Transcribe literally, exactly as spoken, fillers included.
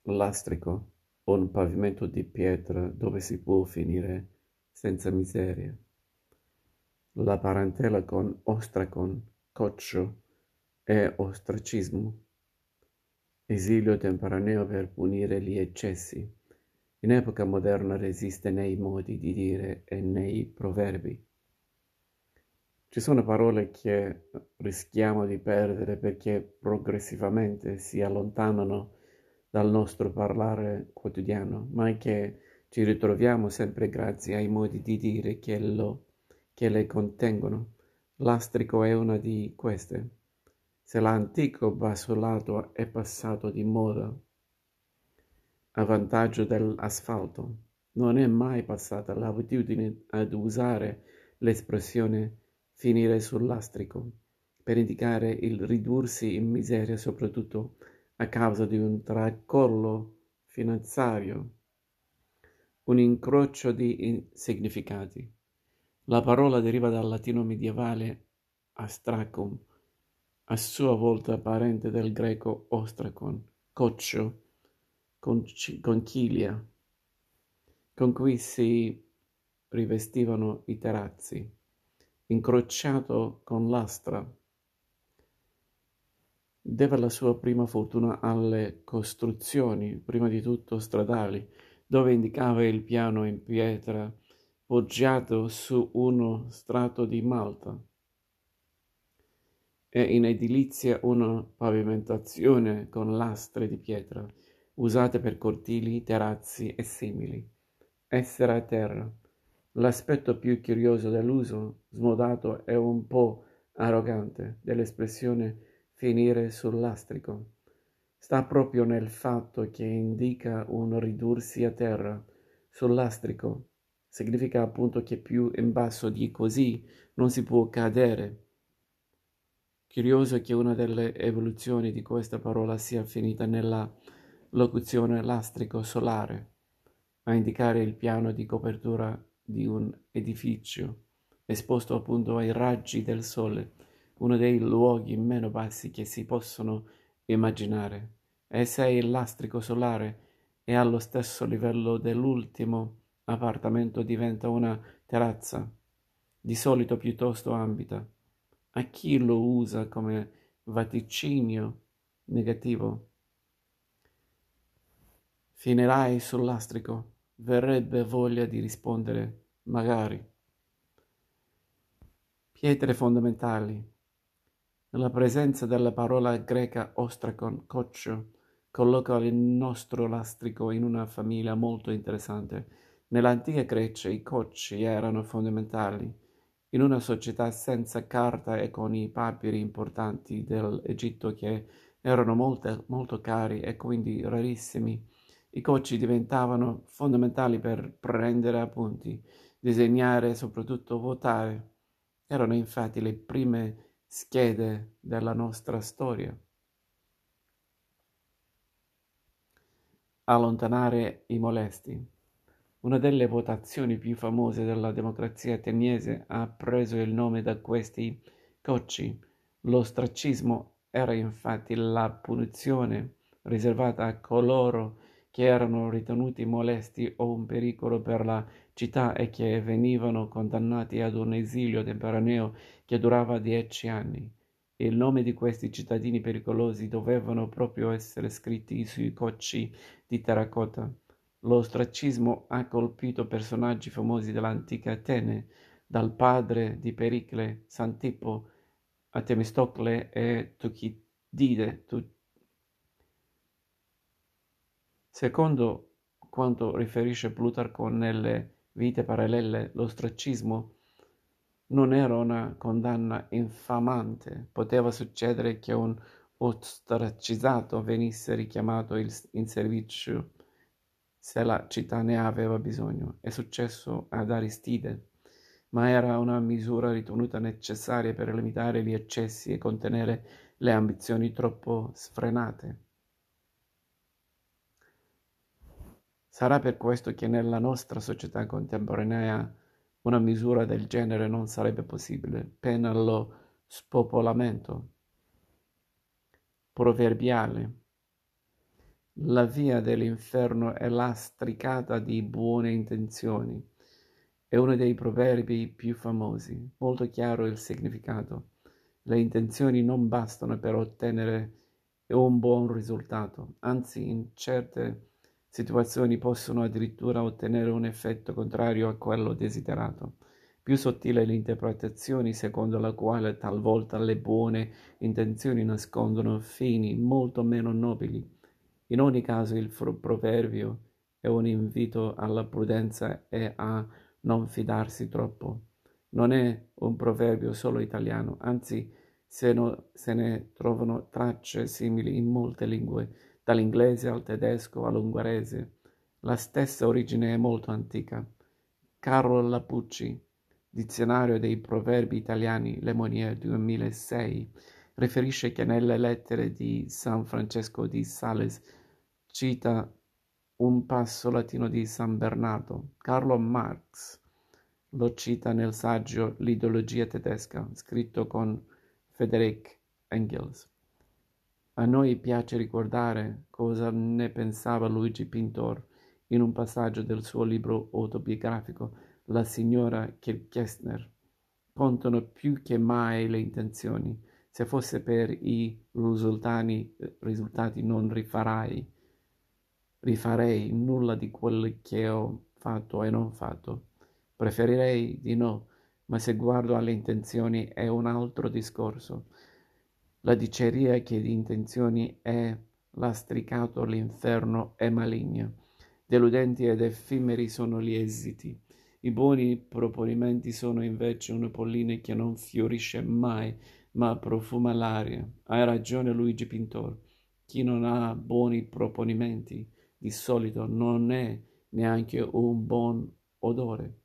lastrico, un pavimento di pietra dove si può finire senza miseria. La parentela con ostracon, coccio e ostracismo. Esilio temporaneo per punire gli eccessi. In epoca moderna resiste nei modi di dire e nei proverbi. Ci sono parole che rischiamo di perdere perché progressivamente si allontanano dal nostro parlare quotidiano, ma che ci ritroviamo sempre grazie ai modi di dire che, lo, che le contengono. Lastrico è una di queste. Se l'antico basolato è passato di moda a vantaggio dell'asfalto, non è mai passata l'abitudine ad usare l'espressione finire sul lastrico per indicare il ridursi in miseria soprattutto a causa di un tracollo finanziario, un incrocio di significati. La parola deriva dal latino medievale astracum, a sua volta parente del greco ostracon, coccio, conchiglia, con cui si rivestivano i terrazzi, incrociato con l'astra. Deve la sua prima fortuna alle costruzioni, prima di tutto stradali, dove indicava il piano in pietra poggiato su uno strato di malta e in edilizia una pavimentazione con lastre di pietra, usate per cortili, terrazzi e simili. Essere a terra. L'aspetto più curioso dell'uso smodato e un po' arrogante dell'espressione finire sul lastrico sta proprio nel fatto che indica un ridursi a terra sul lastrico. Significa appunto che più in basso di così non si può cadere. Curioso che una delle evoluzioni di questa parola sia finita nella locuzione lastrico solare, a indicare il piano di copertura di un edificio, esposto appunto ai raggi del sole, uno dei luoghi meno bassi che si possono immaginare. E se il lastrico solare è allo stesso livello dell'ultimo appartamento diventa una terrazza, di solito piuttosto ambita. A chi lo usa come vaticinio negativo? Finirai sul lastrico? Verrebbe voglia di rispondere, magari. Pietre fondamentali. La presenza della parola greca ostracon, coccio, colloca il nostro lastrico in una famiglia molto interessante. Nell'antica Grecia i cocci erano fondamentali. In una società senza carta e con i papiri importanti dell'Egitto che erano molto, molto cari e quindi rarissimi, i cocci diventavano fondamentali per prendere appunti, disegnare e soprattutto votare. Erano infatti le prime schede della nostra storia. Allontanare i molesti. Una delle votazioni più famose della democrazia ateniese ha preso il nome da questi cocci. L'ostracismo era infatti la punizione riservata a coloro che erano ritenuti molesti o un pericolo per la città e che venivano condannati ad un esilio temporaneo che durava dieci anni. Il nome di questi cittadini pericolosi dovevano proprio essere scritti sui cocci di terracotta. L'ostracismo ha colpito personaggi famosi dell'antica Atene, dal padre di Pericle, Santipo, a Temistocle e Tucidide. Secondo quanto riferisce Plutarco nelle Vite parallele, l'ostracismo non era una condanna infamante. Poteva succedere che un ostracizzato venisse richiamato in servizio se la città ne aveva bisogno. È successo ad Aristide, ma era una misura ritenuta necessaria per limitare gli eccessi e contenere le ambizioni troppo sfrenate. Sarà per questo che nella nostra società contemporanea una misura del genere non sarebbe possibile, pena lo spopolamento proverbiale. La via dell'inferno è lastricata di buone intenzioni. È uno dei proverbi più famosi, molto chiaro il significato. Le intenzioni non bastano per ottenere un buon risultato, anzi in certe situazioni possono addirittura ottenere un effetto contrario a quello desiderato. Più sottile è l'interpretazione secondo la quale talvolta le buone intenzioni nascondono fini molto meno nobili. In ogni caso il proverbio è un invito alla prudenza e a non fidarsi troppo. Non è un proverbio solo italiano, anzi se, no, se ne trovano tracce simili in molte lingue, dall'inglese al tedesco all'ungherese. La stessa origine è molto antica. Carlo Lapucci, Dizionario dei proverbi italiani, Lemonier duemilasei, riferisce che nelle lettere di San Francesco di Sales cita un passo latino di San Bernardo. Karl Marx lo cita nel saggio L'ideologia tedesca, scritto con Friedrich Engels. A noi piace ricordare cosa ne pensava Luigi Pintor in un passaggio del suo libro autobiografico La signora Kirchner. Contano più che mai le intenzioni. Se fosse per i risultati, risultati non rifarai, rifarei nulla di quello che ho fatto e non fatto. Preferirei di no, ma se guardo alle intenzioni è un altro discorso. La diceria che di intenzioni è lastricato l'inferno è maligna. Deludenti ed effimeri sono gli esiti. I buoni proponimenti sono invece una polline che non fiorisce mai, ma profuma l'aria. Hai ragione Luigi Pintor. Chi non ha buoni proponimenti di solito non è neanche un buon odore.